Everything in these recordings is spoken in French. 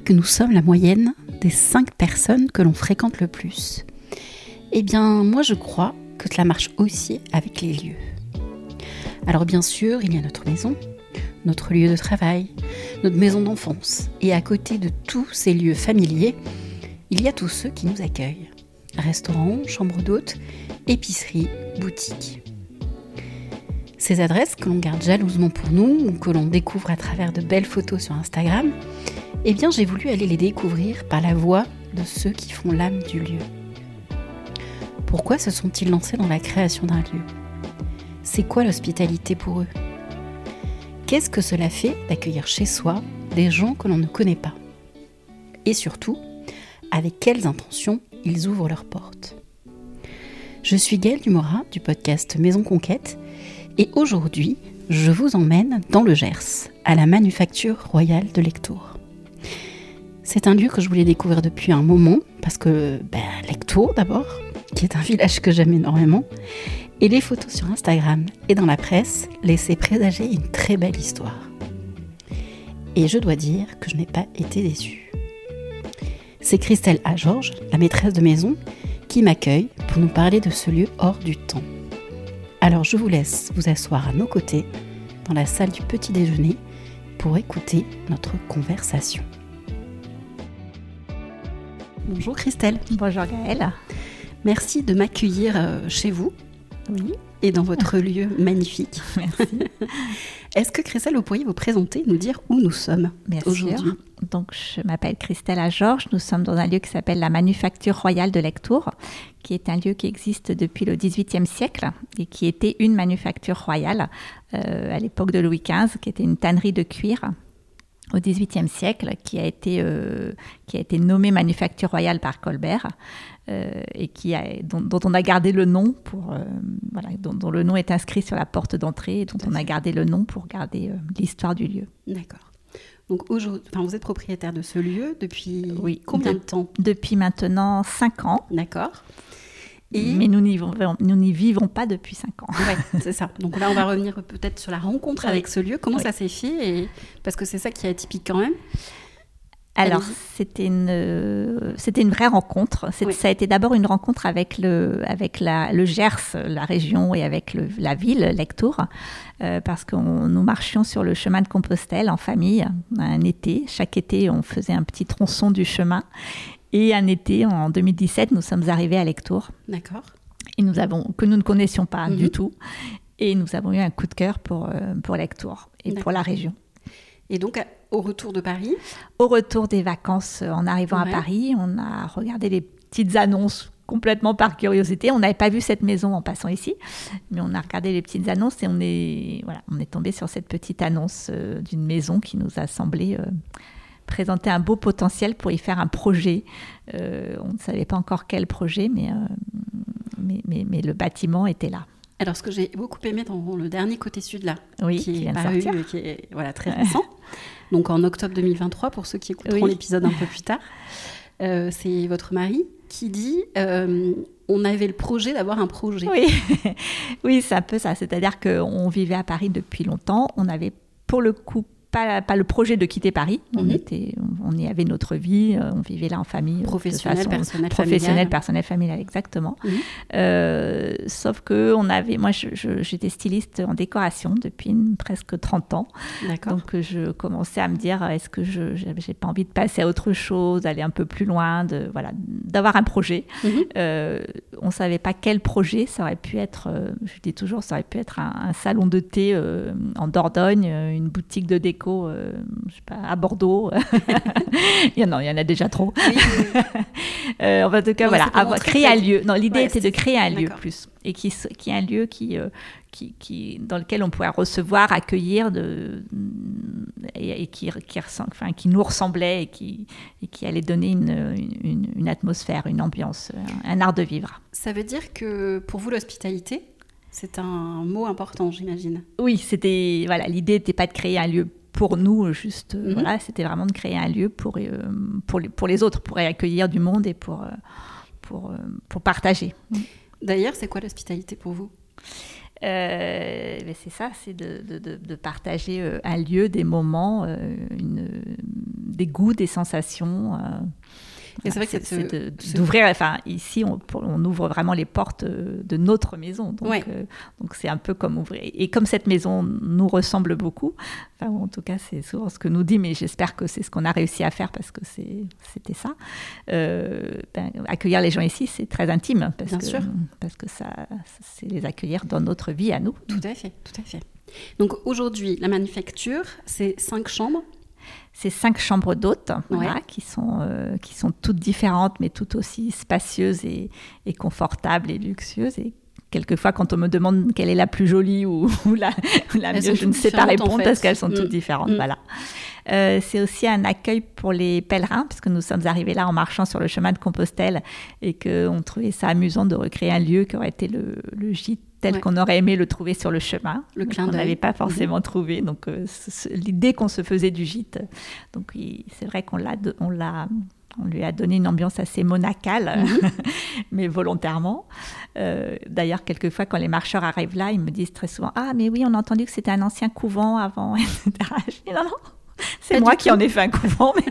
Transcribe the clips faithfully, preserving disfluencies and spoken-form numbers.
que nous sommes la moyenne des cinq personnes que l'on fréquente le plus? Eh bien, moi je crois que cela marche aussi avec les lieux. Alors bien sûr, il y a notre maison, notre lieu de travail, notre maison d'enfance. Et à côté de tous ces lieux familiers, il y a tous ceux qui nous accueillent. Restaurants, chambres d'hôtes, épiceries, boutiques. Ces adresses que l'on garde jalousement pour nous ou que l'on découvre à travers de belles photos sur Instagram, eh bien j'ai voulu aller les découvrir par la voix de ceux qui font l'âme du lieu. Pourquoi se sont-ils lancés dans la création d'un lieu? C'est quoi l'hospitalité pour eux? Qu'est-ce que cela fait d'accueillir chez soi des gens que l'on ne connaît pas? Et surtout, avec quelles intentions ils ouvrent leurs portes? Je suis Gaëlle Dumora du podcast Maison Conquête et aujourd'hui, je vous emmène dans le Gers, à la Manufacture Royale de Lectoure. C'est un lieu que je voulais découvrir depuis un moment parce que ben, Lectoure d'abord, qui est un village que j'aime énormément, et les photos sur Instagram et dans la presse laissaient présager une très belle histoire. Et je dois dire que je n'ai pas été déçue. C'est Christelle A. Georges, la maîtresse de maison, qui m'accueille pour nous parler de ce lieu hors du temps. Alors je vous laisse vous asseoir à nos côtés, dans la salle du petit déjeuner, pour écouter notre conversation. Bonjour Christelle. Bonjour Gaëlle. Merci de m'accueillir chez vous. Oui. Et dans votre lieu magnifique. Merci. Est-ce que Christelle, vous pourriez vous présenter, nous dire où nous sommes Bien aujourd'hui? sûr. Donc, je m'appelle Christelle A. Georges. Nous sommes dans un lieu qui s'appelle la Manufacture Royale de Lectoure, qui est un lieu qui existe depuis le dix-huitième siècle et qui était une manufacture royale euh, à l'époque de Louis quinze, qui était une tannerie de cuir au dix-huitième siècle, qui a été, euh, qui a été nommée Manufacture Royale par Colbert. Euh, et qui a, dont, dont on a gardé le nom pour euh, voilà, dont, dont le nom est inscrit sur la porte d'entrée et dont on a gardé le nom pour garder euh, l'histoire du lieu. D'accord. Donc aujourd'hui, enfin, vous êtes propriétaire de ce lieu depuis oui, combien de, de temps? Depuis maintenant cinq ans. D'accord. Et... Mais nous n'y, nous n'y vivons pas depuis cinq ans. Oui, c'est ça. Donc là, on va revenir peut-être sur la rencontre oui. avec ce lieu. Comment oui. ça s'est fait et... Parce que c'est ça qui est atypique quand même. Alors, c'était une, euh, c'était une vraie rencontre. C'est, oui. Ça a été d'abord une rencontre avec le, avec la, le Gers, la région, et avec le, la ville, Lectoure, euh, parce que nous marchions sur le chemin de Compostelle en famille, un été. Chaque été, on faisait un petit tronçon du chemin. Et un été, en deux mille dix-sept, nous sommes arrivés à Lectoure. D'accord. Et nous avons, que nous ne connaissions pas mm-hmm. du tout. Et nous avons eu un coup de cœur pour, pour Lectoure et D'accord. pour la région. Et donc, au retour de Paris? Au retour des vacances, en arrivant ouais. à Paris, on a regardé les petites annonces complètement par curiosité. On n'avait pas vu cette maison en passant ici, mais on a regardé les petites annonces et on est, voilà, on est tombé sur cette petite annonce euh, d'une maison qui nous a semblé euh, présenter un beau potentiel pour y faire un projet. Euh, on ne savait pas encore quel projet, mais, euh, mais, mais, mais le bâtiment était là. Alors, ce que j'ai beaucoup aimé dans le dernier côté sud, là, oui, qui, qui est paru, qui est voilà, très récent, donc en octobre deux mille vingt-trois, pour ceux qui écouteront oui. l'épisode un peu plus tard, euh, c'est votre mari qui dit euh, on avait le projet d'avoir un projet. Oui, oui, c'est un peu ça. C'est-à-dire qu'on vivait à Paris depuis longtemps. On avait pour le coup Pas, pas le projet de quitter Paris. On, mm-hmm. était, on, on y avait notre vie, on vivait là en famille. Professionnelle, personnelle, professionnelle, personnelle, familiale, exactement. Mm-hmm. Euh, sauf que on avait, moi, je, je, j'étais styliste en décoration depuis une, presque trente ans. D'accord. Donc, je commençais à me dire, est-ce que je j'ai pas envie de passer à autre chose, d'aller un peu plus loin, de, voilà, d'avoir un projet. Mm-hmm. Euh, on ne savait pas quel projet. Ça aurait pu être, euh, je dis toujours, ça aurait pu être un, un salon de thé euh, en Dordogne, une boutique de déco Euh, je sais pas, à Bordeaux. il, y en a, il y en a déjà trop. Oui, oui. euh, en tout cas, non, voilà, avoir, créer un lieu. Non, l'idée ouais, était de créer un lieu plus. Et qui, qui est un lieu qui, euh, qui, qui, dans lequel on pourrait recevoir, accueillir de, et, et qui, qui, enfin, qui nous ressemblait et qui, et qui allait donner une, une, une atmosphère, une ambiance, un, un art de vivre. Ça veut dire que pour vous, l'hospitalité, c'est un mot important, j'imagine. Oui, c'était, voilà, l'idée n'était pas de créer un lieu pour nous, juste, mm-hmm. voilà, c'était vraiment de créer un lieu pour, euh, pour, les, pour les autres, pour accueillir du monde et pour, euh, pour, euh, pour partager. D'ailleurs, c'est quoi l'hospitalité pour vous ? Euh, c'est ça, c'est de, de, de, de partager un lieu, des moments, une, des goûts, des sensations. Euh, Et c'est vrai que c'est, c'est, c'est de, c'est... d'ouvrir. Enfin, ici, on, on ouvre vraiment les portes de notre maison. Donc, ouais. euh, donc c'est un peu comme ouvrir. Et comme cette maison nous ressemble beaucoup, enfin, en tout cas, c'est souvent ce que nous dit, mais j'espère que c'est ce qu'on a réussi à faire parce que c'est, c'était ça. Euh, ben, accueillir les gens ici, c'est très intime parce Bien que, sûr. parce que ça, c'est les accueillir dans notre vie à nous. Tout à fait, tout à fait. Donc aujourd'hui, la manufacture, c'est cinq chambres. C'est cinq chambres d'hôtes, ouais. voilà, qui sont, euh, qui sont toutes différentes, mais toutes aussi spacieuses et, et confortables et luxueuses. Et quelquefois, quand on me demande quelle est la plus jolie ou, ou la, ou la mieux, je ne sais pas répondre en fait. Parce qu'elles sont mmh. toutes différentes. Mmh. Voilà. Euh, c'est aussi un accueil pour les pèlerins, puisque nous sommes arrivés là en marchant sur le chemin de Compostelle et qu'on trouvait ça amusant de recréer un lieu qui aurait été le, le gîte tel ouais. qu'on aurait aimé le trouver sur le chemin. Le clin d'œil. On n'avait pas forcément mmh. trouvé. Donc, euh, c- l'idée qu'on se faisait du gîte, donc il, c'est vrai qu'on l'a, on l'a, on lui a donné une ambiance assez monacale, mmh. mais volontairement. Euh, d'ailleurs, quelquefois, quand les marcheurs arrivent là, ils me disent très souvent « Ah, mais oui, on a entendu que c'était un ancien couvent avant, et cetera » Je dis « Non, non, c'est pas moi qui tout. En ai fait un couvent, mais... »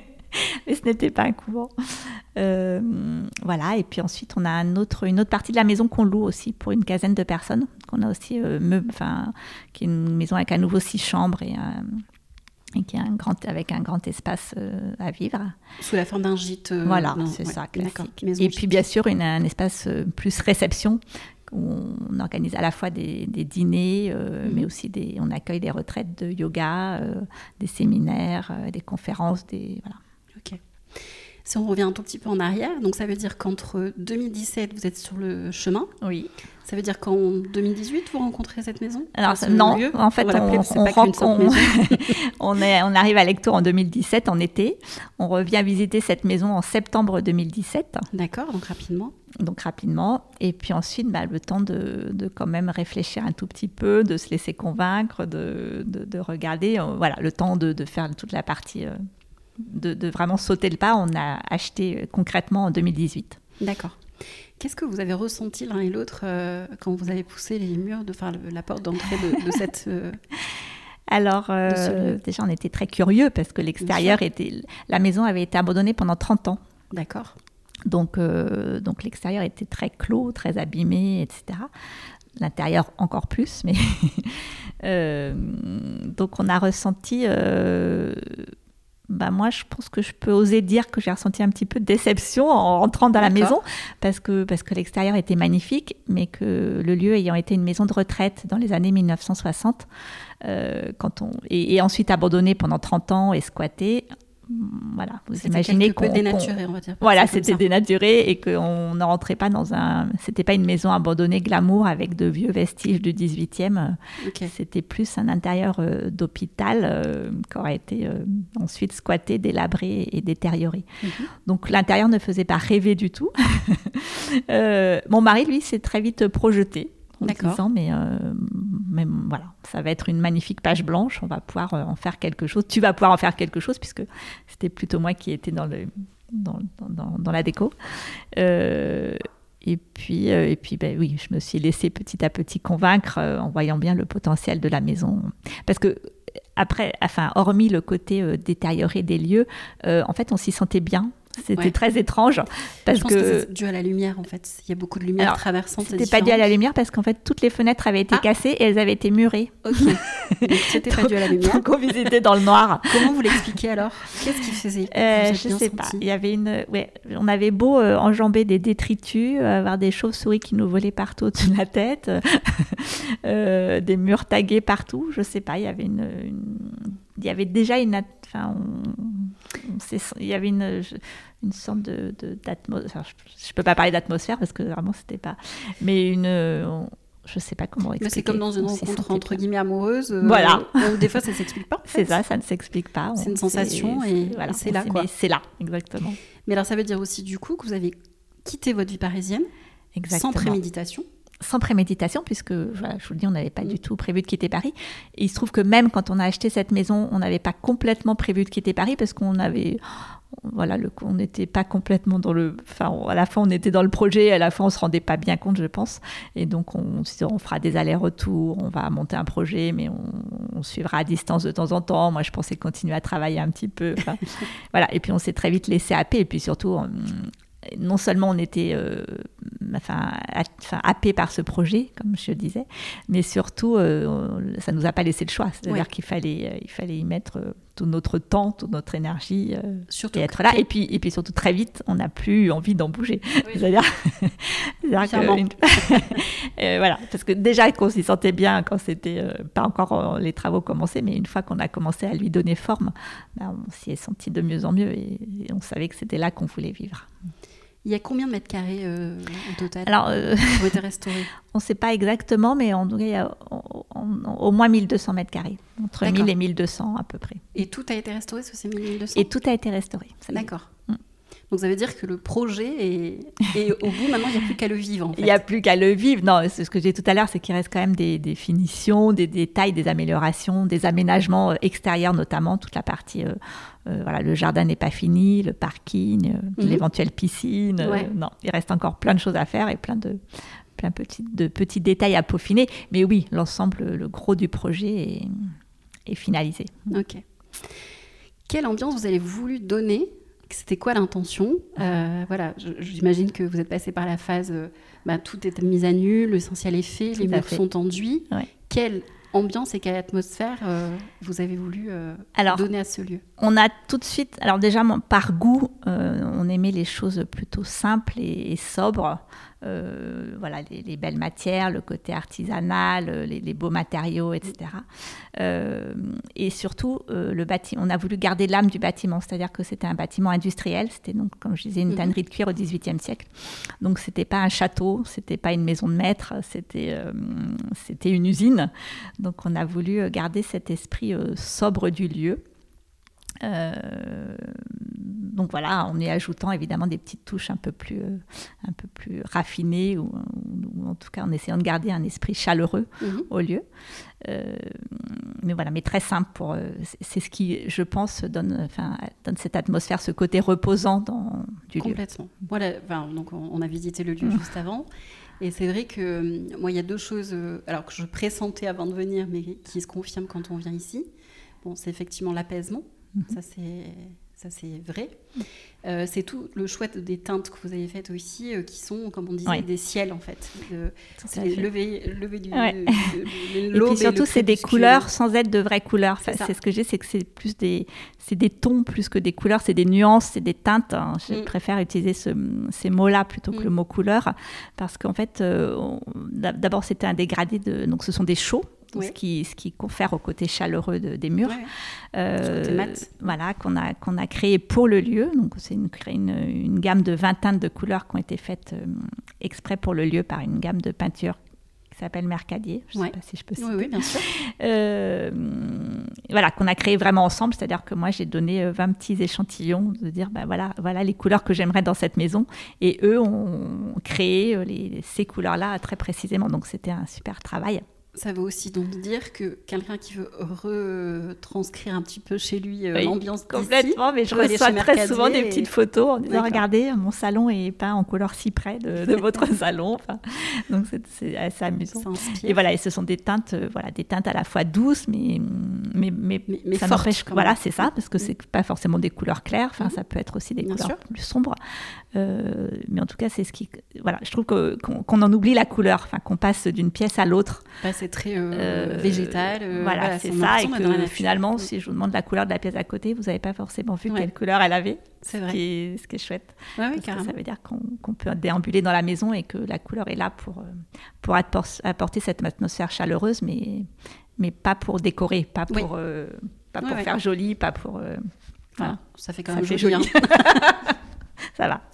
mais ce n'était pas un couvent. Euh, voilà, et puis ensuite, on a un autre, une autre partie de la maison qu'on loue aussi pour une quinzaine de personnes, qu'on a aussi, euh, meuble, enfin, qui est une maison avec à nouveau six chambres et, un, et qui est un grand, avec un grand espace euh, à vivre. Sous la forme d'un gîte. Euh, voilà, non, c'est ouais, ça, classique. Et puis bien sûr, une, un espace euh, plus réception, où on organise à la fois des, des dîners, euh, mmh. mais aussi des, on accueille des retraites de yoga, euh, des séminaires, euh, des conférences, des... Voilà. Ok. Si on revient un tout petit peu en arrière, donc ça veut dire qu'entre deux mille dix-sept, vous êtes sur le chemin. Oui. Ça veut dire qu'en deux mille dix-huit, vous rencontrez cette maison ? Alors, non, lieu, en fait, on, on, on, rencontre, on, on, est, on arrive à Lectoure en deux mille dix-sept, en été. On revient visiter cette maison en septembre deux mille dix-sept. D'accord, donc rapidement. Donc rapidement. Et puis ensuite, bah, le temps de, de quand même réfléchir un tout petit peu, de se laisser convaincre, de, de, de regarder. Euh, voilà, le temps de, de faire toute la partie... Euh, De, de vraiment sauter le pas, on a acheté concrètement en deux mille dix-huit. D'accord. Qu'est-ce que vous avez ressenti l'un et l'autre euh, quand vous avez poussé les murs, de, enfin, le, la porte d'entrée de, de cette... Euh, Alors, euh, déjà, on était très curieux parce que l'extérieur était... La maison avait été abandonnée pendant trente ans. D'accord. Donc, euh, donc l'extérieur était très clos, très abîmé, et cetera. L'intérieur encore plus, mais... euh, donc, on a ressenti... Euh, Bah moi, je pense que je peux oser dire que j'ai ressenti un petit peu de déception en rentrant dans D'accord. la maison parce que, parce que l'extérieur était magnifique, mais que le lieu ayant été une maison de retraite dans les années mille neuf cent soixante, euh, quand on, et, et ensuite abandonnée pendant trente ans et squattée, voilà, vous c'était imaginez quelque qu'on... peu dénaturé, on va dire. Voilà, c'était dénaturé et qu'on ne rentrait pas dans un... C'était pas une maison abandonnée glamour avec de vieux vestiges du dix-huitième. Okay. C'était plus un intérieur euh, d'hôpital euh, qui aurait été euh, ensuite squatté, délabré et détérioré. Mm-hmm. Donc l'intérieur ne faisait pas rêver du tout. euh, mon mari, lui, s'est très vite projeté. En D'accord. disant, mais, euh, mais voilà, ça va être une magnifique page blanche, on va pouvoir en faire quelque chose. Tu vas pouvoir en faire quelque chose, puisque c'était plutôt moi qui étais dans, le, dans, dans, dans la déco. Euh, et puis, euh, et puis ben, oui, je me suis laissée petit à petit convaincre euh, en voyant bien le potentiel de la maison. Parce que, après, enfin, hormis le côté euh, détérioré des lieux, euh, en fait, on s'y sentait bien. C'était ouais. très étrange parce je pense que, que c'est dû à la lumière en fait. Il y a beaucoup de lumière Alors, traversante. C'était pas dû à la lumière parce qu'en fait toutes les fenêtres avaient été ah. cassées et elles avaient été murées. Ok. Donc c'était pas dû à la lumière. Donc on visitait dans le noir. Comment vous l'expliquez alors ? Qu'est-ce qui faisait ? euh, Je sais pas. Il y avait une. Ouais, on avait beau euh, enjamber des détritus, euh, avoir des chauves-souris qui nous volaient partout au-dessus de la tête, euh, des murs tagués partout. Je sais pas. Il y avait une. une... Il y avait déjà une. Enfin, on... On il y avait une, une sorte de, de d'atmosphère. Je ne peux pas parler d'atmosphère parce que vraiment c'était pas. Mais une, on, je ne sais pas comment expliquer. Mais c'est comme dans une rencontre entre guillemets amoureuse. Euh, voilà. Où des fois ça ne s'explique pas. En fait. C'est ça, ça ne s'explique pas. C'est une sensation c'est, et, voilà, et c'est là quoi. C'est là, exactement. Mais alors ça veut dire aussi du coup que vous avez quitté votre vie parisienne exactement. sans préméditation. Sans préméditation, puisque, voilà, je vous le dis, on n'avait pas mmh. du tout prévu de quitter Paris. Et il se trouve que même quand on a acheté cette maison, on n'avait pas complètement prévu de quitter Paris, parce qu'on avait, voilà, le, on n'était pas complètement dans le... Enfin, on, à la fois, on était dans le projet, à la fois, on ne se rendait pas bien compte, je pense. Et donc, on, on fera des allers-retours, on va monter un projet, mais on, on suivra à distance de temps en temps. Moi, je pensais continuer à travailler un petit peu. Enfin, voilà. Et puis, on s'est très vite laissé happer. Et puis, surtout... On, non seulement on était euh, enfin, enfin, happé par ce projet, comme je le disais, mais surtout, euh, ça ne nous a pas laissé le choix. C'est-à-dire oui. qu'il fallait, euh, il fallait y mettre euh, tout notre temps, toute notre énergie euh, surtout et être là. Et puis, et puis surtout, très vite, on n'a plus envie d'en bouger. Oui. C'est-à-dire, c'est-à-dire que... Une... euh, voilà, parce que déjà qu'on s'y sentait bien quand c'était euh, pas encore euh, les travaux commencés, mais une fois qu'on a commencé à lui donner forme, ben, on s'y est senti de mieux en mieux et, et on savait que c'était là qu'on voulait vivre. Il y a combien de mètres carrés euh, au total Alors, euh, pour être restauré? On ne sait pas exactement, mais en tout cas, il y a au, au, au moins mille deux cents mètres carrés, entre D'accord. mille et mille deux cents à peu près. Et tout a été restauré sur ces mille deux cents? Et tout a été restauré. D'accord. Mm. Donc ça veut dire que le projet est, est au bout, maintenant il n'y a plus qu'à le vivre en fait. Il n'y a plus qu'à le vivre. Non, ce que j'ai dit tout à l'heure, c'est qu'il reste quand même des, des finitions, des détails, des améliorations, des aménagements extérieurs notamment, toute la partie... Euh, Euh, voilà, le jardin n'est pas fini, le parking, euh, mmh. l'éventuelle piscine. Ouais. Euh, non, il reste encore plein de choses à faire et plein de, plein petit, de petits détails à peaufiner. Mais oui, l'ensemble, le gros du projet est, est finalisé. Ok. Quelle ambiance vous avez voulu donner? C'était quoi l'intention? euh, Voilà, je, j'imagine que vous êtes passé par la phase, euh, bah, tout est mis à nu, l'essentiel est fait, les murs sont tendus. Ouais. Quelle ambiance et quelle atmosphère euh, vous avez voulu euh, alors, donner à ce lieu? On a tout de suite, alors déjà par goût, euh, on aimait les choses plutôt simples et, et sobres. Euh, voilà, les, les belles matières, le côté artisanal, les, les beaux matériaux, et cetera. Euh, et surtout, euh, le bâtiment, on a voulu garder l'âme du bâtiment, c'est-à-dire que c'était un bâtiment industriel, c'était donc, comme je disais, une tannerie de cuir au dix-huitième siècle. Donc, c'était pas un château, c'était pas une maison de maître, c'était, euh, c'était une usine. Donc, on a voulu garder cet esprit euh, sobre du lieu. Euh, donc voilà, en y ajoutant évidemment des petites touches un peu plus, euh, un peu plus raffinées ou, ou, ou en tout cas en essayant de garder un esprit chaleureux mmh. au lieu. Euh, mais voilà, mais très simple pour. Euh, c'est, c'est ce qui, je pense, donne, enfin, donne cette atmosphère, ce côté reposant dans du lieu. Complètement. Voilà, enfin, donc on, on a visité le lieu mmh. juste avant. Et c'est vrai que moi, il y a deux choses, euh, alors que je pressentais avant de venir, mais qui se confirment quand on vient ici. Bon, c'est effectivement l'apaisement. Mmh. Ça, c'est, ça, c'est vrai. Euh, c'est tout le choix des teintes que vous avez faites aussi, euh, qui sont, comme on disait, oui. des ciels, en fait. De, c'est les lever, lever du... Ouais. De, de, de, et puis surtout, et c'est des couleurs sans être de vraies couleurs. C'est, c'est ce que j'ai, c'est que c'est plus des, c'est des tons plus que des couleurs, c'est des nuances, c'est des teintes. Hein. Je mmh. préfère utiliser ce, ces mots-là plutôt que mmh. le mot couleur, parce qu'en fait, euh, on, d'abord, c'était un dégradé, de, donc ce sont des chaux. Oui. Ce, qui, ce qui confère au côté chaleureux de, des murs, ouais. euh, voilà, qu'on a, qu'on a créé pour le lieu. Donc, c'est une, une, une gamme de vingt teintes de couleurs qui ont été faites euh, exprès pour le lieu par une gamme de peinture qui s'appelle Mercadier. Je ne ouais. sais pas si je peux citer. Oui, oui, bien sûr. Euh, voilà, qu'on a créé vraiment ensemble. C'est-à-dire que moi, j'ai donné vingt petits échantillons de dire, ben voilà, voilà les couleurs que j'aimerais dans cette maison. Et eux ont créé les, ces couleurs-là très précisément. Donc, c'était un super travail. Ça veut aussi donc dire que quelqu'un qui veut retranscrire un petit peu chez lui euh, oui, l'ambiance complètement, mais je reçois très souvent et... des petites photos en disant regardez, mon salon est peint en couleur cyprès de, de votre salon. Enfin, donc c'est, c'est assez amusant. Et voilà, et ce sont des teintes, euh, voilà, des teintes à la fois douces, mais mais mais, mais, mais ça fortes, n'empêche que voilà, c'est ça, parce que c'est pas forcément des couleurs claires. Enfin, mm-hmm. ça peut être aussi des Bien couleurs sûr. plus sombres. Euh, mais en tout cas, c'est ce qui, voilà, je trouve que, qu'on, qu'on en oublie la couleur, enfin, qu'on passe d'une pièce à l'autre. Bah, c'est très euh, euh, végétal. Euh, voilà, voilà, c'est ça. Et que finalement, si je vous demande la couleur de la pièce à côté, vous n'avez pas forcément vu ouais. quelle couleur elle avait. C'est vrai. Ce qui est, ce qui est chouette. Ouais, oui, parce que ça veut dire qu'on, qu'on peut déambuler dans la maison et que la couleur est là pour, pour apporter cette atmosphère chaleureuse, mais, mais pas pour décorer, pas pour, oui. euh, pas pour ouais, faire ouais. joli, pas pour. Euh, voilà. Ça fait quand même ça joli. Fait joli. Hein. Ça va.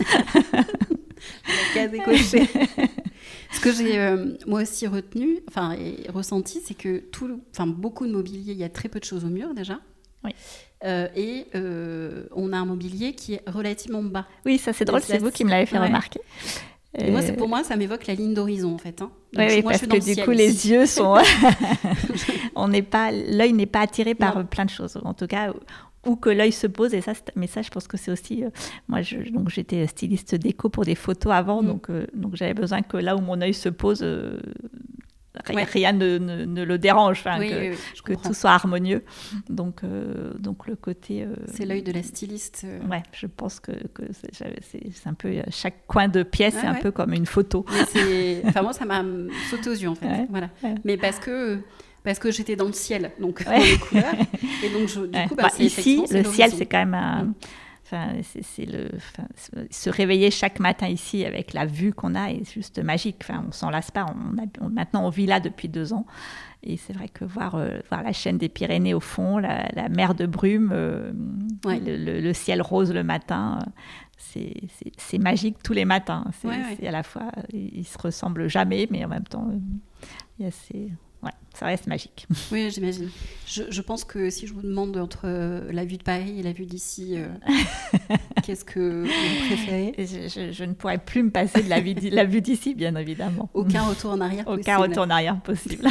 La case est cochée. Ce que j'ai euh, moi aussi retenu, enfin et ressenti, c'est que tout, enfin beaucoup de mobilier, il y a très peu de choses au mur déjà. Oui. Euh, et euh, on a un mobilier qui est relativement bas. Oui, ça c'est drôle, c'est, c'est vous qui me l'avez fait ouais. remarquer. Et euh... moi, c'est, pour moi, ça m'évoque la ligne d'horizon en fait. Hein. Donc, oui, oui moi, parce que du coup, ici. Les yeux sont, on n'est pas, l'œil n'est pas attiré par non. plein de choses. En tout cas. où que l'œil se pose. Et ça, c'est, mais ça, je pense que c'est aussi... Euh, moi, je, donc, j'étais styliste déco pour des photos avant, mmh. donc, euh, donc j'avais besoin que là où mon œil se pose... Euh, Ouais. Rien ne, ne, ne le dérange, oui, que, oui, oui, que tout soit harmonieux. Donc, euh, donc le côté... Euh, c'est l'œil de la styliste. Euh... Ouais, je pense que, que c'est, c'est, c'est un peu... Chaque coin de pièce, ouais, c'est un ouais. peu comme une photo. Mais c'est, enfin, moi, ça m'a sauté aux yeux, en fait. Ouais. Voilà. Ouais. Mais parce que... Parce que j'étais dans le ciel, donc ouais. dans les couleurs. Et donc, je, du ouais. coup, bah, bah, c'est ici, le c'est ciel, c'est quand même un... Mmh. Enfin, c'est, c'est le, enfin, se réveiller chaque matin ici avec la vue qu'on a est juste magique. Enfin, on s'en lasse pas. On a, on, maintenant, on vit là depuis deux ans. Et c'est vrai que voir, euh, voir la chaîne des Pyrénées au fond, la, la mer de brume, euh, ouais. le, le, le ciel rose le matin, euh, c'est, c'est, c'est magique tous les matins. C'est, ouais, ouais. c'est à la fois, ils se ressemblent jamais, mais en même temps, euh, il y a ces... Ouais, ça reste magique. Oui, j'imagine. Je, je pense que si je vous demande entre euh, la vue de Paris et la vue d'ici, euh, qu'est-ce que vous préférez ? je, je, je ne pourrais plus me passer de la vue, la vue d'ici, bien évidemment. Aucun retour en arrière possible. Aucun retour en arrière possible.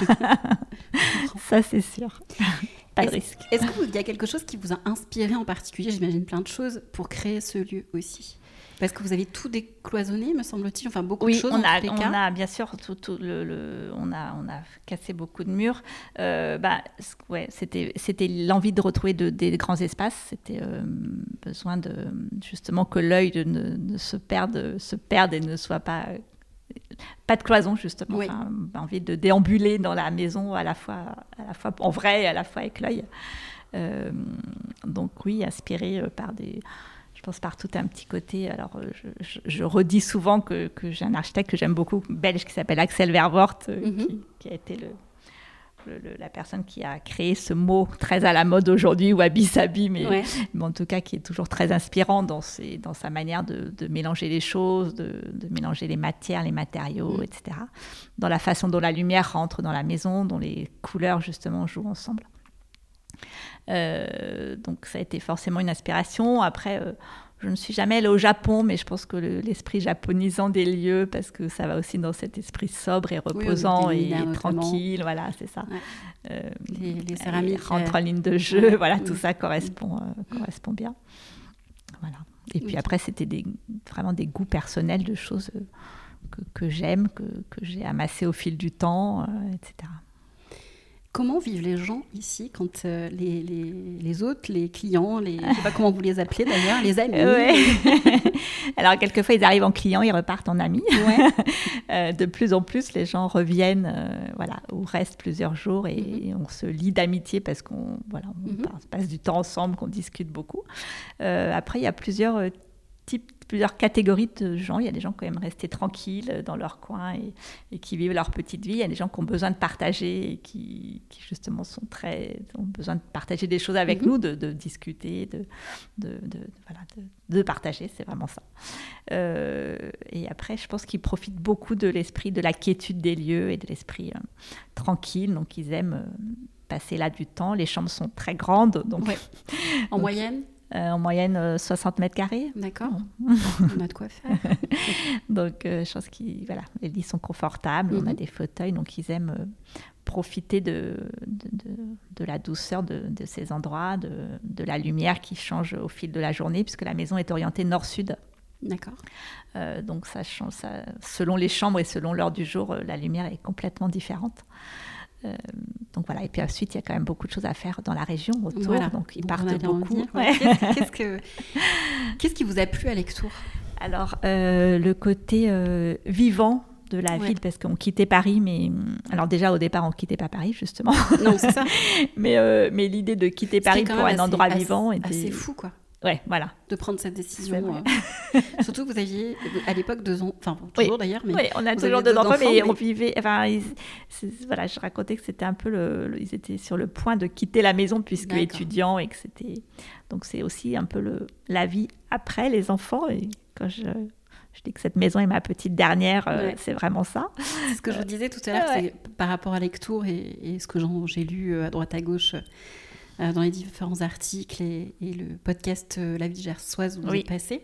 Ça, c'est sûr. Pas de est-ce, risque. Est-ce qu'il y a quelque chose qui vous a inspiré en particulier ? J'imagine plein de choses pour créer ce lieu aussi. Parce que vous avez tout décloisonné, me semble-t-il, enfin beaucoup oui, de choses on en a, tous les on cas. a bien sûr, tout, tout le, le, on, a, on a cassé beaucoup de murs. Euh, bah, ouais, c'était, c'était l'envie de retrouver de, des grands espaces. C'était euh, besoin de, justement que l'œil de, ne, ne se, perde, se perde et ne soit pas... Pas de cloison, justement. Oui. Enfin, envie de déambuler dans la maison à la fois, à la fois en vrai et à la fois avec l'œil. Euh, donc oui, inspiré par des... Je pense par tout un petit côté. Alors, je, je, je redis souvent que, que j'ai un architecte que j'aime beaucoup, belge, qui s'appelle Axel Vervoort, mm-hmm. qui, qui a été le, le, le, la personne qui a créé ce mot très à la mode aujourd'hui, wabi-sabi, mais, ouais. mais en tout cas qui est toujours très inspirant dans, ses, dans sa manière de, de mélanger les choses, de, de mélanger les matières, les matériaux, mm. et cetera. Dans la façon dont la lumière rentre dans la maison, dont les couleurs, justement, jouent ensemble. Euh, donc ça a été forcément une inspiration. Après, euh, je ne suis jamais allée au Japon, mais je pense que le, l'esprit japonisant des lieux, parce que ça va aussi dans cet esprit sobre et reposant oui, et tranquille, voilà, c'est ça. Ouais. Euh, les, les céramiques. Rentre en ligne de jeu, ouais. voilà, mmh. tout ça correspond, mmh. euh, correspond bien. Voilà. Et puis mmh. après, c'était des, vraiment des goûts personnels de choses que, que j'aime, que, que j'ai amassées au fil du temps, euh, et cetera. Comment vivent les gens ici quand euh, les, les, les hôtes, les clients, les, je ne sais pas comment vous les appelez d'ailleurs, les amis ouais. Alors, quelquefois, ils arrivent en clients, ils repartent en amis. Ouais. euh, de plus en plus, les gens reviennent euh, voilà, ou restent plusieurs jours et, mm-hmm. et on se lie d'amitié parce qu'on voilà, on mm-hmm. passe, passe du temps ensemble, qu'on discute beaucoup. Euh, après, il y a plusieurs euh, types plusieurs catégories de gens. Il y a des gens qui aiment rester tranquilles dans leur coin et, et qui vivent leur petite vie. Il y a des gens qui ont besoin de partager et qui, qui justement sont très, ont besoin de partager des choses avec mm-hmm. nous, de, de discuter, de, de, de, voilà, de, de partager, c'est vraiment ça. Euh, et après, je pense qu'ils profitent beaucoup de l'esprit de la quiétude des lieux et de l'esprit euh, tranquille. Donc, ils aiment euh, passer là du temps. Les chambres sont très grandes. Donc, ouais. En donc, moyenne Euh, en moyenne, euh, soixante mètres carrés. D'accord. On a de quoi faire. Donc, euh, je pense que voilà, les lits sont confortables, mm-hmm. on a des fauteuils, donc ils aiment euh, profiter de, de, de, de la douceur de, de ces endroits, de, de la lumière qui change au fil de la journée, puisque la maison est orientée nord-sud. D'accord. Euh, donc, ça change, ça, selon les chambres et selon l'heure du jour, euh, la lumière est complètement différente. Euh, donc voilà, et puis ensuite il y a quand même beaucoup de choses à faire dans la région autour, voilà. donc ils donc partent beaucoup. Ouais. Qu'est-ce, qu'est-ce, que, qu'est-ce qui vous a plu à Lectoure ? Alors euh, le côté euh, vivant de la ouais. ville, parce qu'on quittait Paris, mais alors déjà au départ on quittait pas Paris justement. Non, c'est ça. mais, euh, mais l'idée de quitter Paris pour un assez, endroit assez, vivant était assez fou quoi. Ouais, voilà. De prendre cette décision. Euh... Surtout que vous aviez, à l'époque, deux ans, enfin, toujours oui. d'ailleurs. Mais oui, on a toujours deux, deux enfants, enfants, mais, mais on vivait, enfin, ils, voilà, je racontais que c'était un peu, le, le, ils étaient sur le point de quitter la maison puisque D'accord. étudiants et que c'était, donc c'est aussi un peu le, la vie après les enfants. Et quand je, je dis que cette maison est ma petite dernière, euh, ouais. c'est vraiment ça. C'est ce que je vous disais tout à l'heure, ouais. c'est par rapport à Lectoure et, et ce que j'en, j'ai lu à droite à gauche. Euh, dans les différents articles et, et le podcast euh, La vie gersoise où vous oui. êtes passé.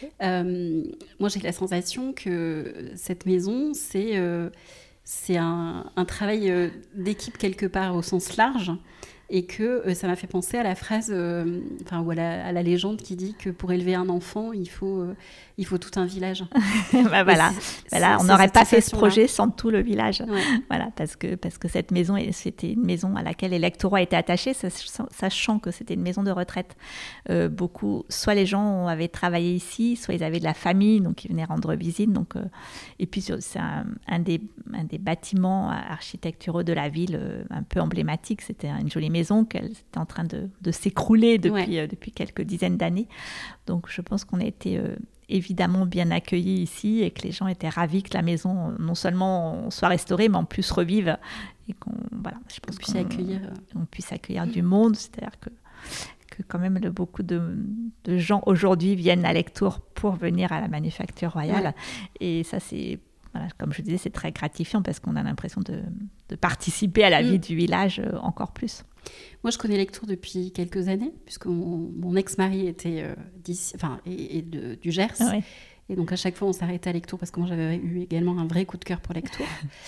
Euh, moi, j'ai la sensation que cette maison, c'est, euh, c'est un, un travail euh, d'équipe quelque part au sens large, et que euh, ça m'a fait penser à la phrase, euh, enfin, ou à la, à la légende qui dit que pour élever un enfant, il faut, euh, il faut tout un village. bah voilà, c'est, voilà c'est, on n'aurait pas fait ce là. projet sans tout le village. Ouais. Voilà, parce que, parce que cette maison, c'était une maison à laquelle les lectoraux étaient attachés, sachant que c'était une maison de retraite. Euh, beaucoup, soit les gens avaient travaillé ici, soit ils avaient de la famille, donc ils venaient rendre visite. Donc, euh, et puis c'est un, un, des, un des bâtiments architecturaux de la ville, euh, un peu emblématique. C'était une jolie maison qui était en train de, de s'écrouler depuis, ouais. euh, depuis quelques dizaines d'années. Donc je pense qu'on a été euh, évidemment bien accueillis ici et que les gens étaient ravis que la maison non seulement soit restaurée, mais en plus revive et qu'on voilà, je pense on puisse accueillir, on puisse accueillir du monde. C'est-à-dire que, que quand même le, beaucoup de, de gens aujourd'hui viennent à Lectoure pour venir à la Manufacture Royale. Ouais. Et ça, c'est, voilà, comme je disais, c'est très gratifiant parce qu'on a l'impression de, de participer à la vie mmh. du village encore plus. Moi, je connais Lectoure depuis quelques années, puisque mon, mon ex-mari était euh, d'ici, enfin, et, et de, du Gers. Ah ouais. Et donc, à chaque fois, on s'arrêtait à Lectoure parce que moi, j'avais eu également un vrai coup de cœur pour Lectoure.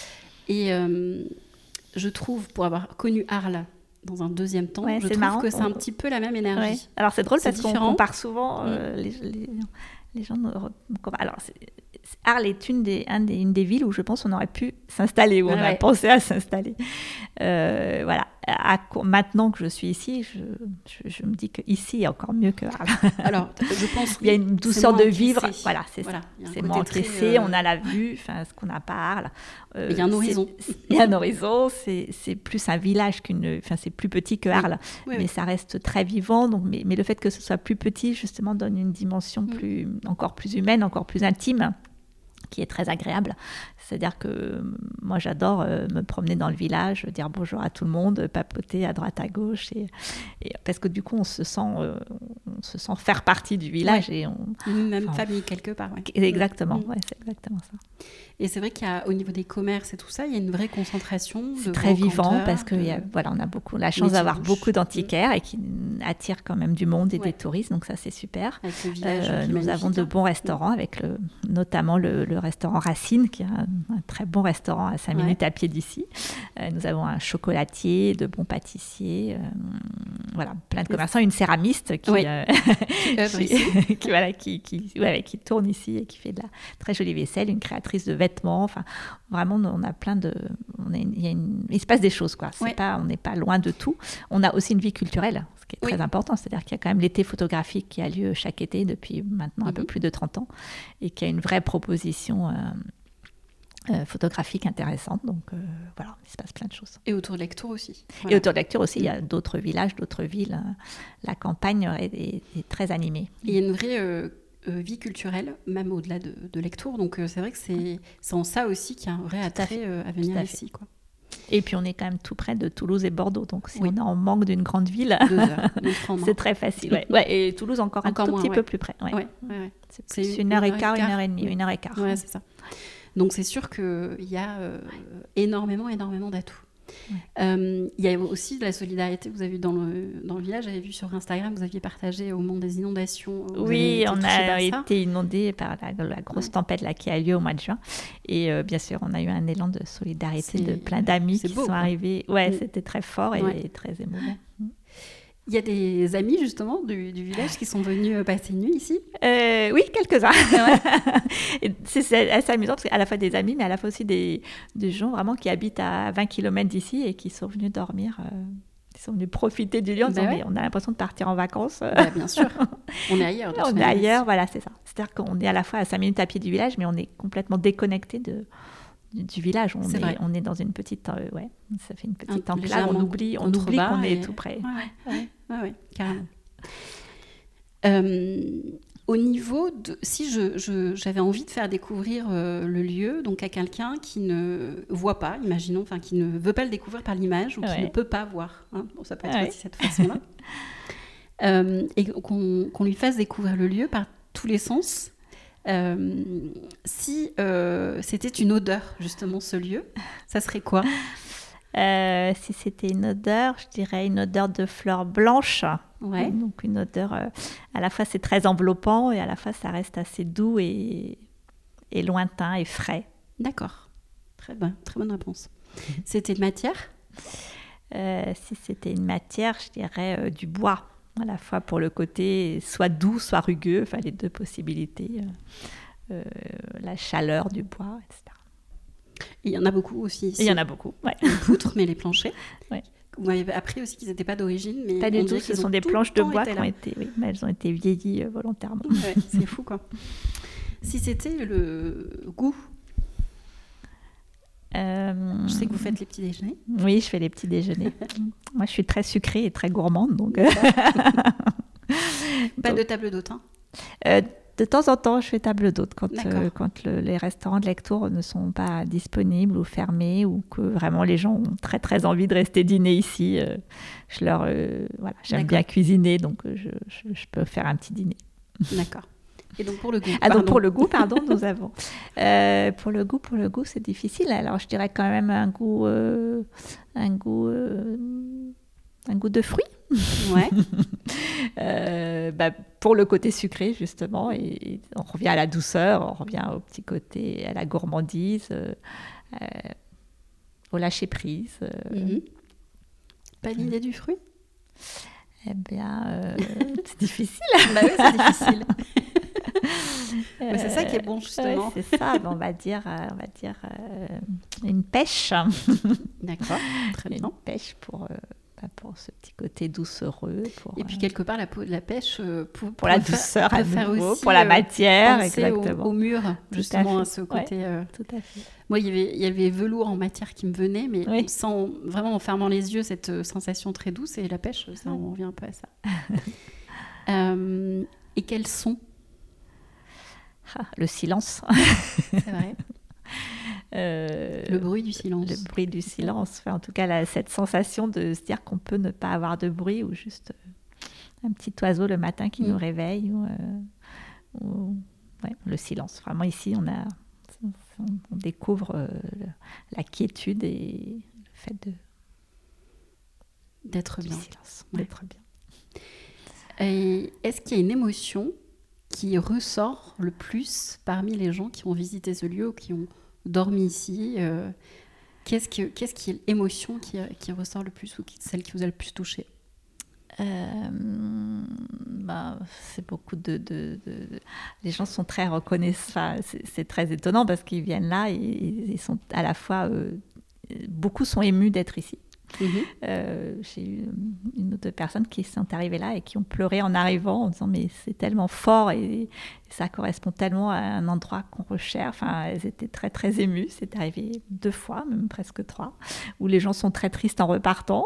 Et euh, je trouve, pour avoir connu Arles dans un deuxième temps, ouais, je trouve marrant. que c'est un petit peu la même énergie. Ouais. Alors, c'est drôle c'est parce différent. qu'on compare souvent euh, mmh. les, les, les gens... Alors, c'est... Arles est une des, un des, une des villes où je pense qu'on aurait pu s'installer, où on ouais. a pensé à s'installer. Euh, voilà. À, maintenant que je suis ici, je, je, je me dis qu'ici est encore mieux que Arles. Alors, je pense il y a une douceur de vivre. Voilà, c'est voilà, ça. C'est moins encaissé, euh... on a la vue, enfin, ce qu'on n'a pas à Arles. Euh, il y a un horizon. Il y a un horizon, c'est, c'est plus un village qu'une... Enfin, c'est plus petit que Arles, oui. Oui, mais oui. ça reste très vivant. Donc, mais, mais le fait que ce soit plus petit, justement, donne une dimension oui. plus, encore plus humaine, encore plus intime, qui est très agréable. C'est-à-dire que moi, j'adore euh, me promener dans le village, dire bonjour à tout le monde, papoter à droite, à gauche. Et, et, parce que du coup, on se sent, euh, on se sent faire partie du village. Ouais. Et on, Même enfin, famille, quelque part. Ouais. Exactement, mmh. ouais, c'est exactement ça. Et c'est vrai qu'au niveau des commerces et tout ça, il y a une vraie concentration. C'est très vivant parce que de... y a, voilà, on a beaucoup, la chance d'avoir beaucoup d'antiquaires mmh. et qui attirent quand même du monde et ouais. des touristes. Donc ça, c'est super. Avec le village, euh, nous avons de bons restaurants, avec le, notamment le, le restaurant Racine, qui est un, un très bon restaurant à cinq ouais. minutes à pied d'ici. Euh, nous avons un chocolatier, de bons pâtissiers, euh, voilà, plein de commerçants, une céramiste qui, oui. euh, qui, qui, voilà, qui, qui, ouais, qui tourne ici et qui fait de la très jolie vaisselle, une créatrice de vêtements. Enfin, vraiment, on a plein de, on a une, il, y a une, il se passe des choses, quoi. C'est ouais. pas, on n'est pas loin de tout. On a aussi une vie culturelle, ce qui est très oui. important. C'est-à-dire qu'il y a quand même l'été photographique qui a lieu chaque été depuis maintenant un mm-hmm. peu plus de trente ans et qui a une vraie proposition euh, euh, photographique intéressante. Donc euh, voilà, il se passe plein de choses. Et autour de Lectoure aussi. Voilà. Et autour de Lectoure aussi, mm-hmm. il y a d'autres villages, d'autres villes. La campagne est, est, est très animée. Il y a une vraie euh, euh, vie culturelle, même au-delà de, de Lectoure. Donc euh, c'est vrai que c'est, c'est en ça aussi qu'il y a un vrai attrait euh, à venir à ici, quoi. Et puis on est quand même tout près de Toulouse et Bordeaux, donc si oui. on est en manque d'une grande ville, Deux heures, c'est très facile. Ouais. Ouais, et Toulouse encore, encore un tout moins, petit ouais. peu plus près. Ouais. Ouais, ouais, ouais. C'est, c'est une, une heure et quart, une heure et demie, une heure et quart. Ouais, c'est ça. Donc c'est sûr qu'il y a euh, énormément, énormément d'atouts. Il ouais. euh, y a aussi de la solidarité. Vous avez vu dans le, dans le village, j'avais vu sur Instagram, vous aviez partagé au moment des inondations. Oui, on a été inondés par la, la grosse ouais. tempête là, qui a lieu au mois de juin. Et euh, bien sûr, on a eu un élan de solidarité c'est, de plein d'amis qui beau, sont quoi. arrivés. Ouais, mmh. C'était très fort et, ouais. et très émouvant. Mmh. Il y a des amis, justement, du, du village qui sont venus passer une nuit ici euh, Oui, quelques-uns. Ouais. c'est, c'est assez amusant, parce qu'à la fois des amis, mais à la fois aussi des, des gens vraiment qui habitent à vingt kilomètres d'ici et qui sont venus dormir, euh, qui sont venus profiter du lieu en disant, bah ouais. mais on a l'impression de partir en vacances. Bah, bien sûr, on est ailleurs. On est ailleurs, voilà, c'est ça. C'est-à-dire qu'on est à la fois à cinq minutes à pied du village, mais on est complètement déconnecté de... du village, on est, est on est dans une petite, euh, ouais, ça fait une petite Un, enclave, on oublie, on oublie qu'on et... est tout près. Ouais, ouais, ouais, ouais carrément. euh, au niveau de, si je, je, j'avais envie de faire découvrir euh, le lieu, donc à quelqu'un qui ne voit pas, imaginons, enfin qui ne veut pas le découvrir par l'image ou ouais. qui ne peut pas voir, hein, bon, ça peut être ouais. aussi cette façon-là, euh, et qu'on, qu'on lui fasse découvrir le lieu par tous les sens. Euh, si euh, c'était une odeur, justement, ce lieu, ça serait quoi ? euh, Si c'était une odeur, je dirais une odeur de fleurs blanches. Ouais. Donc une odeur, euh, à la fois c'est très enveloppant et à la fois ça reste assez doux et, et lointain et frais. D'accord. Très bonne, très bonne réponse. C'était de matière ? Euh, si c'était une matière, je dirais euh, du bois, à la fois pour le côté soit doux, soit rugueux, enfin les deux possibilités, euh, euh, la chaleur du bois, et cetera. Il y en a beaucoup aussi ici. Il y en a beaucoup, ouais. Les poutres, mais les planchers. Ouais. Vous m'avez appris aussi qu'ils n'étaient pas d'origine, mais pas du tout, ce sont des planches de bois qui ont été, oui, mais elles ont été vieillies euh, volontairement. Ouais, c'est fou, quoi. Si c'était le goût, euh... je sais que vous faites les petits déjeuners. Oui, je fais les petits déjeuners. Moi, je suis très sucrée et très gourmande, donc. Pas donc... de table d'hôte, hein. euh, De temps en temps, je fais table d'hôte quand, euh, quand le, les restaurants de lectour ne sont pas disponibles ou fermés ou que vraiment les gens ont très très envie de rester dîner ici. Euh, je leur, euh, voilà, j'aime D'accord. bien cuisiner, donc je, je, je peux faire un petit dîner. D'accord. Et donc pour le goût, ah donc pour le goût, pardon, nous avons. Euh, pour le goût, pour le goût, c'est difficile. Alors je dirais quand même un goût, euh, un goût, euh, un goût de fruits. Ouais. euh, bah, pour le côté sucré justement, et, et on revient à la douceur, on revient au petit côté, à la gourmandise, euh, euh, au lâcher prise. Euh, mm-hmm. Pas l'idée du fruit? Eh bien, euh, c'est difficile. Bah oui, c'est difficile. Mais c'est ça qui est bon justement. Ouais, c'est ça, on va dire, on va dire euh, une pêche. D'accord, très bien. Une pêche pour, euh, pour ce petit côté doucereux. Pour, et puis quelque part la, la pêche euh, pour, pour, pour la douceur, faire, à nouveau, faire aussi, pour la matière, euh, exactement. Au, au mur, tout justement à, à ce côté. Ouais, euh... tout à fait. Moi, il y avait, il y avait velours en matière qui me venait, mais oui. sans vraiment en fermant les yeux, cette sensation très douce. Et la pêche, ça, on revient un peu à ça. euh, et quels sons? Ah, le silence. C'est vrai. Euh, le bruit du silence. Le bruit du silence. Enfin, en tout cas, la, cette sensation de se dire qu'on peut ne pas avoir de bruit ou juste euh, un petit oiseau le matin qui mmh. nous réveille. Ou, euh, ou, ouais, le silence. Vraiment, ici, on, a, on, on découvre euh, le, la quiétude et le fait de, d'être bien. Silence, ouais. D'être bien. Et est-ce qu'il y a une émotion qui ressort le plus parmi les gens qui ont visité ce lieu ou qui ont dormi ici? euh, qu'est-ce, que, qu'est-ce qui est l'émotion qui, qui ressort le plus ou qui, celle qui vous a le plus touché? euh, bah, C'est beaucoup de, de, de, de... Les gens sont très reconnaissants. Enfin, c'est, c'est très étonnant parce qu'ils viennent là et ils sont à la fois... Euh, beaucoup sont émus d'être ici. Mmh. Euh, j'ai eu une ou deux personnes qui sont arrivées là et qui ont pleuré en arrivant en disant mais c'est tellement fort et, et ça correspond tellement à un endroit qu'on recherche. Enfin, elles étaient très très émues. C'est arrivé deux fois, même presque trois, où les gens sont très tristes en repartant.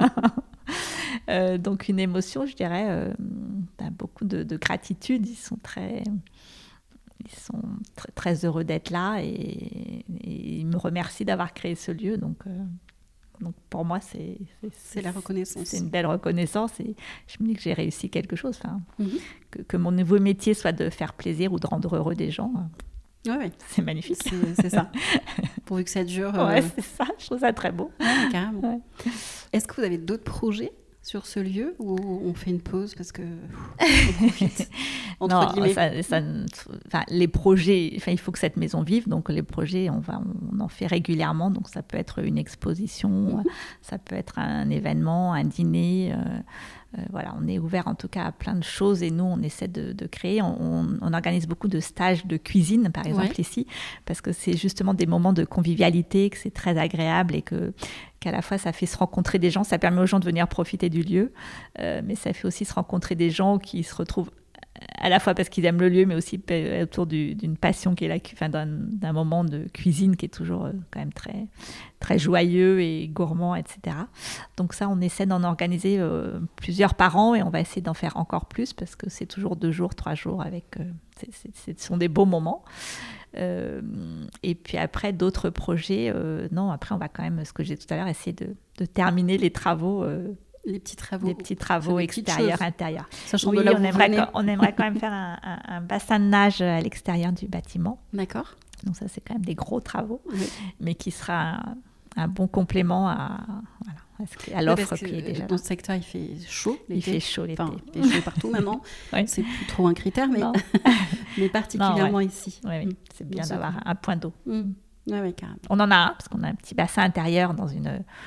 euh, donc une émotion, je dirais, euh, ben, beaucoup de, de gratitude. Ils sont très... Ils sont très, très heureux d'être là et, et ils me remercient d'avoir créé ce lieu. Donc... Euh, Donc pour moi, c'est, c'est, c'est la reconnaissance. C'est une belle reconnaissance et je me dis que j'ai réussi quelque chose. Enfin, mm-hmm. que, que mon nouveau métier soit de faire plaisir ou de rendre heureux des gens. Ouais, ouais. C'est magnifique. C'est, c'est ça. Pourvu que ça dure. Euh... Ouais, c'est ça. Je trouve ça très beau. Ouais, carrément. Ouais. Est-ce que vous avez d'autres projets sur ce lieu ou on fait une pause parce que pff, on profite entre non, guillemets. Ça, ça, enfin, les projets, enfin, il faut que cette maison vive, donc les projets, on, va, on en fait régulièrement, donc ça peut être une exposition, mmh. ça peut être un événement, un dîner, euh, euh, voilà, on est ouvert en tout cas à plein de choses et nous, on essaie de, de créer, on, on organise beaucoup de stages de cuisine, par exemple, ouais. ici, parce que c'est justement des moments de convivialité, que c'est très agréable et que qu'à la fois ça fait se rencontrer des gens, ça permet aux gens de venir profiter du lieu, euh, mais ça fait aussi se rencontrer des gens qui se retrouvent à la fois parce qu'ils aiment le lieu, mais aussi autour du, d'une passion qui est la, enfin, d'un, d'un moment de cuisine qui est toujours euh, quand même très, très joyeux et gourmand, et cetera. Donc ça, on essaie d'en organiser euh, plusieurs par an et on va essayer d'en faire encore plus parce que c'est toujours deux jours, trois jours avec, euh, c'est, c'est, ce sont des beaux moments. Euh, et puis après d'autres projets euh, non après on va quand même, ce que j'ai tout à l'heure, essayer de, de terminer les travaux euh, les petits travaux les petits travaux extérieurs intérieurs. Sachant oui, de là on aimerait quand, on aimerait quand même faire un, un, un bassin de nage à l'extérieur du bâtiment. D'accord. Donc ça c'est quand même des gros travaux, oui. mais qui sera un, un bon complément à voilà à l'offre oui, qui est déjà là. Dans ce secteur, il fait chaud l'été. Il fait chaud l'été. Enfin, il fait chaud partout maintenant. Oui. C'est plus trop un critère, mais, mais particulièrement non, ouais. ici. Oui, oui. C'est bien d'avoir un point d'eau. Mmh. Oui, oui, carrément. On en a un, parce qu'on a un petit bassin intérieur dans une,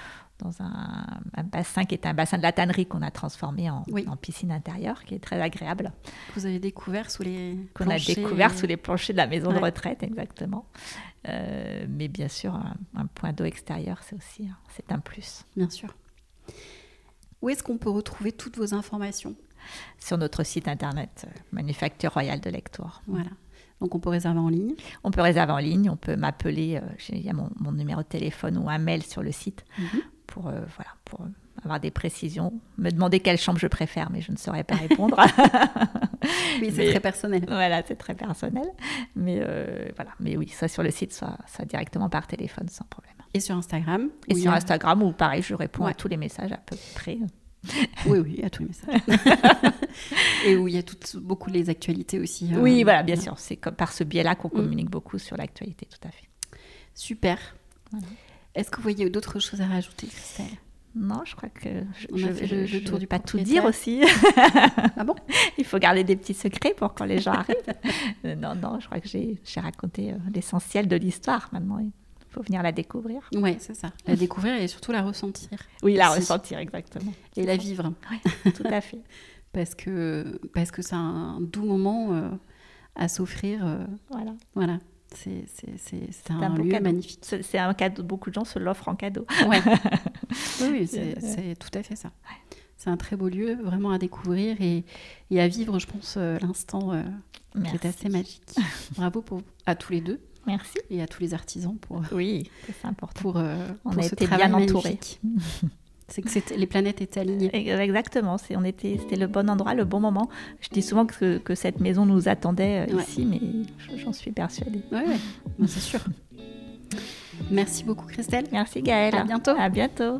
dans un, un bassin qui est un bassin de la tannerie qu'on a transformé en, oui. en piscine intérieure, qui est très agréable. Que vous avez découvert sous les Qu'on planchers. a découvert sous les planchers de la maison ouais. de retraite, exactement. Euh, mais bien sûr, un, un point d'eau extérieur, c'est aussi c'est un plus. Bien sûr. Où est-ce qu'on peut retrouver toutes vos informations ? Sur notre site internet, euh, Manufacture Royale de Lectoure. Voilà. Donc on peut réserver en ligne. On peut réserver en ligne, on peut m'appeler, euh, il y a mon, mon numéro de téléphone ou un mail sur le site mm-hmm. pour, euh, voilà, pour avoir des précisions. Me demander quelle chambre je préfère, mais je ne saurais pas répondre. Oui, c'est mais, très personnel. Voilà, c'est très personnel. Mais, euh, voilà. mais oui, soit sur le site, soit, soit directement par téléphone, sans problème. Et sur Instagram ? Et sur a... Instagram, où pareil, je réponds ouais. à tous les messages à peu près. Oui, oui, à tous les messages. Et où il y a toutes, beaucoup les actualités aussi. Euh, oui, voilà, bien sûr. C'est comme par ce biais-là qu'on communique mmh. beaucoup sur l'actualité, tout à fait. Super. Voilà. Est-ce que vous voyez d'autres choses à rajouter, Christelle ? Non, je crois que je On a fait je, le, je, le tour je du pas tout dire aussi. Ah bon ? Il faut garder des petits secrets pour quand les gens arrivent. euh, non, non, je crois que j'ai, j'ai raconté euh, l'essentiel de l'histoire maintenant. Il faut venir la découvrir. Oui, c'est ça. La découvrir et surtout la ressentir. Oui, la aussi. ressentir, exactement. Et la vivre. Oui, tout à fait. parce, que, parce que c'est un doux moment euh, à s'offrir. Euh, voilà. Voilà. C'est, c'est, c'est, c'est, c'est un, un lieu cadeau. magnifique. C'est, c'est un cadeau. Beaucoup de gens se l'offrent en cadeau. Ouais. Oui, oui, c'est, c'est tout à fait ça. Ouais. C'est un très beau lieu, vraiment à découvrir et, et à vivre, je pense, euh, l'instant euh, qui est assez magique. Bravo pour, à tous les deux. Merci. Et à tous les artisans pour. Oui, c'est important. Pour, euh, on pour a ce été travail bien entourés. C'est que c'était, les planètes étaient alignées. Exactement, c'est, on était, c'était le bon endroit, le bon moment. Je dis souvent que, que cette maison nous attendait euh, ouais. ici, mais j'en suis persuadée. Oui, ouais. ouais. C'est sûr. Merci beaucoup, Christelle. Merci, Gaëlle. À bientôt. À bientôt.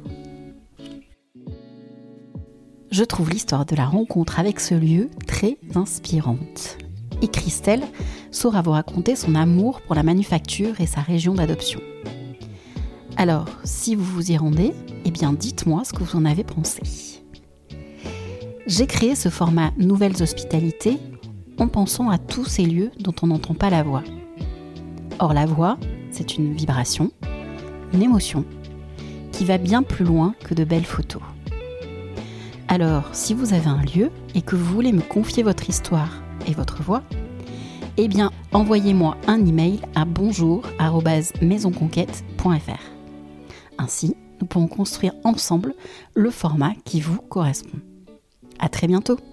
Je trouve l'histoire de la rencontre avec ce lieu très inspirante. Et Christelle saura vous raconter son amour pour la manufacture et sa région d'adoption. Alors, si vous vous y rendez, eh bien dites-moi ce que vous en avez pensé. J'ai créé ce format Nouvelles Hospitalités en pensant à tous ces lieux dont on n'entend pas la voix. Or, la voix, c'est une vibration, une émotion, qui va bien plus loin que de belles photos. Alors, si vous avez un lieu et que vous voulez me confier votre histoire et votre voix, eh bien, envoyez-moi un email à bonjour arobase maison conquête point f r. Ainsi, nous pourrons construire ensemble le format qui vous correspond. À très bientôt!